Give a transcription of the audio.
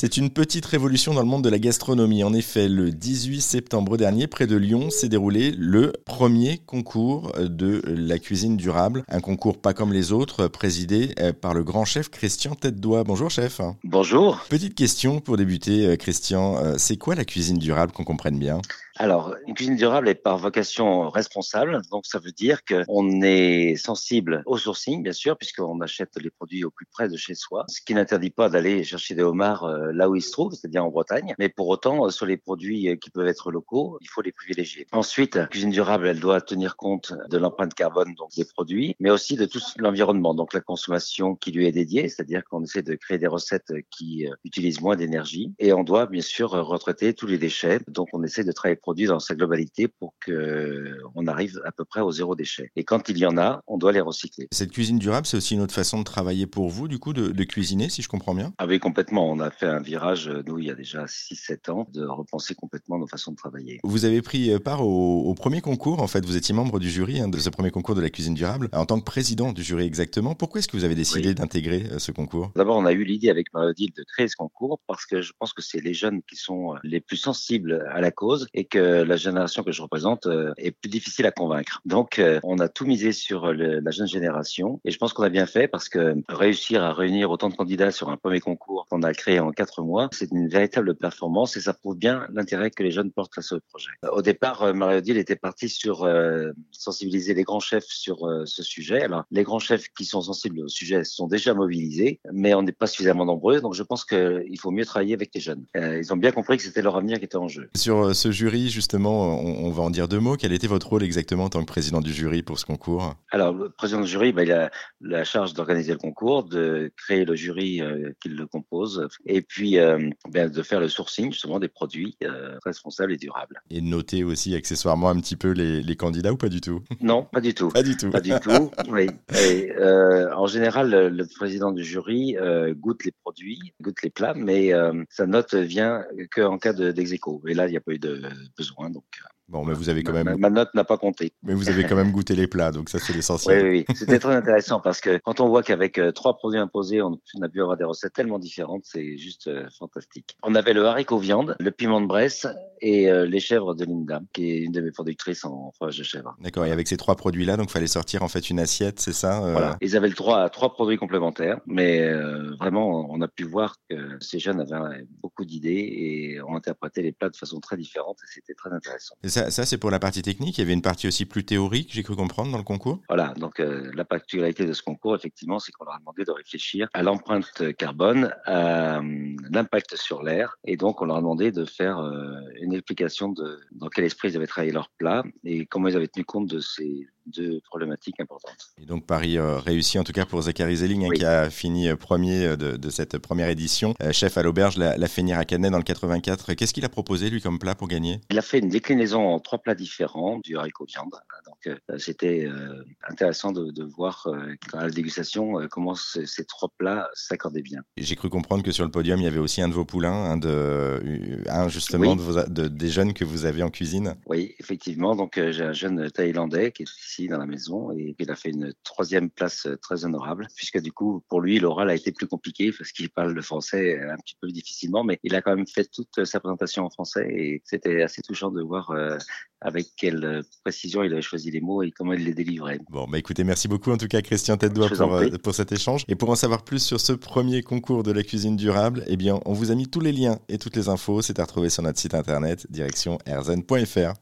C'est une petite révolution dans le monde de la gastronomie. En effet, le 18 septembre dernier, près de Lyon, s'est déroulé le premier concours de la cuisine durable. Un concours pas comme les autres, présidé par le grand chef Christian Tête-Doigt. Bonjour chef. Bonjour. Petite question pour débuter, Christian. C'est quoi la cuisine durable, qu'on comprenne bien ? Alors, une cuisine durable est par vocation responsable, donc ça veut dire qu'on est sensible au sourcing, bien sûr, puisqu'on achète les produits au plus près de chez soi, ce qui n'interdit pas d'aller chercher des homards là où ils se trouvent, c'est-à-dire en Bretagne, mais pour autant, sur les produits qui peuvent être locaux, il faut les privilégier. Ensuite, la cuisine durable, elle doit tenir compte de l'empreinte carbone donc des produits, mais aussi de tout l'environnement, donc la consommation qui lui est dédiée, c'est-à-dire qu'on essaie de créer des recettes qui utilisent moins d'énergie, et on doit bien sûr retraiter tous les déchets, donc on essaie de travailler produits dans sa globalité pour qu'on arrive à peu près au zéro déchet. Et quand il y en a, on doit les recycler. Cette cuisine durable, c'est aussi une autre façon de travailler pour vous, du coup, de cuisiner, si je comprends bien ? Ah oui, complètement. On a fait un virage, nous, il y a déjà 6-7 ans, de repenser complètement nos façons de travailler. Vous avez pris part au premier concours, en fait. Vous étiez membre du jury de ce premier concours de la cuisine durable, en tant que président du jury exactement. Pourquoi est-ce que vous avez décidé d'intégrer ce concours ? D'abord, on a eu l'idée avec Marie-Odile de créer ce concours parce que je pense que c'est les jeunes qui sont les plus sensibles à la cause et que la génération que je représente est plus difficile à convaincre. Donc, on a tout misé sur la jeune génération et je pense qu'on a bien fait parce que réussir à réunir autant de candidats sur un premier concours qu'on a créé en 4 mois, c'est une véritable performance et ça prouve bien l'intérêt que les jeunes portent à ce projet. Au départ, Marie-Odile était partie sur sensibiliser les grands chefs sur ce sujet. Alors, les grands chefs qui sont sensibles au sujet sont déjà mobilisés, mais on n'est pas suffisamment nombreux, donc je pense qu'il faut mieux travailler avec les jeunes. Ils ont bien compris que c'était leur avenir qui était en jeu. Sur ce jury, justement, on va en dire 2 mots. Quel était votre rôle exactement en tant que président du jury pour ce concours ? Alors, le président du jury, il a la charge d'organiser le concours, de créer le jury qui le compose, et puis de faire le sourcing justement des produits responsables et durables. Et de noter aussi accessoirement un petit peu les candidats ou pas du tout ? Non, pas du tout. Pas du tout. Pas du tout. Oui. Et, en général, le président du jury goûte les produits, goûte les plats, mais sa note vient qu'en cas d'ex-aequo. Et là, il n'y a pas eu de besoin, donc. Bon, mais vous avez quand même. Ma note n'a pas compté. Mais vous avez quand même goûté les plats, donc ça c'est l'essentiel. Oui. C'était très intéressant parce que quand on voit qu'avec 3 produits imposés, on a pu avoir des recettes tellement différentes, c'est juste fantastique. On avait le haricot viande, le piment de Bresse et les chèvres de Linda, qui est une de mes productrices en fromage de chèvre. D'accord. Et avec ces 3 produits-là, donc fallait sortir en fait une assiette, c'est ça Voilà. Ils avaient le droit à 3 produits complémentaires, mais vraiment, on a pu voir que ces jeunes avaient beaucoup d'idées et ont interprété les plats de façon très différente et c'était très intéressant. Et ça, c'est pour la partie technique. Il y avait une partie aussi plus théorique, j'ai cru comprendre, dans le concours. Voilà, donc la particularité de ce concours, effectivement, c'est qu'on leur a demandé de réfléchir à l'empreinte carbone, à l'impact sur l'air, et donc on leur a demandé de faire une explication de dans quel esprit ils avaient travaillé leur plat et comment ils avaient tenu compte de ces 2 problématiques importantes. Et donc Paris réussi en tout cas pour Zachary Zelling, qui a fini premier de cette première édition. Chef à l'auberge, la Fénière à Canet dans le 84. Qu'est-ce qu'il a proposé lui comme plat pour gagner ? Il a fait une déclinaison en 3 plats différents du haricot viande. Donc c'était intéressant de voir dans la dégustation comment ces 3 plats s'accordaient bien. Et j'ai cru comprendre que sur le podium il y avait aussi un de vos poulains, justement des jeunes que vous avez en cuisine. Oui, effectivement. Donc j'ai un jeune Thaïlandais qui est ici dans la maison et il a fait une 3e place très honorable puisque du coup pour lui l'oral a été plus compliqué parce qu'il parle le français un petit peu difficilement, mais il a quand même fait toute sa présentation en français et c'était assez touchant de voir avec quelle précision il avait choisi les mots et comment il les délivrait. Bon, écoutez, merci beaucoup en tout cas Christian Tête-Doigt pour cet échange. Et pour en savoir plus sur ce premier concours de la cuisine durable, on vous a mis tous les liens et toutes les infos. C'est à retrouver sur notre site internet direction rzn.fr.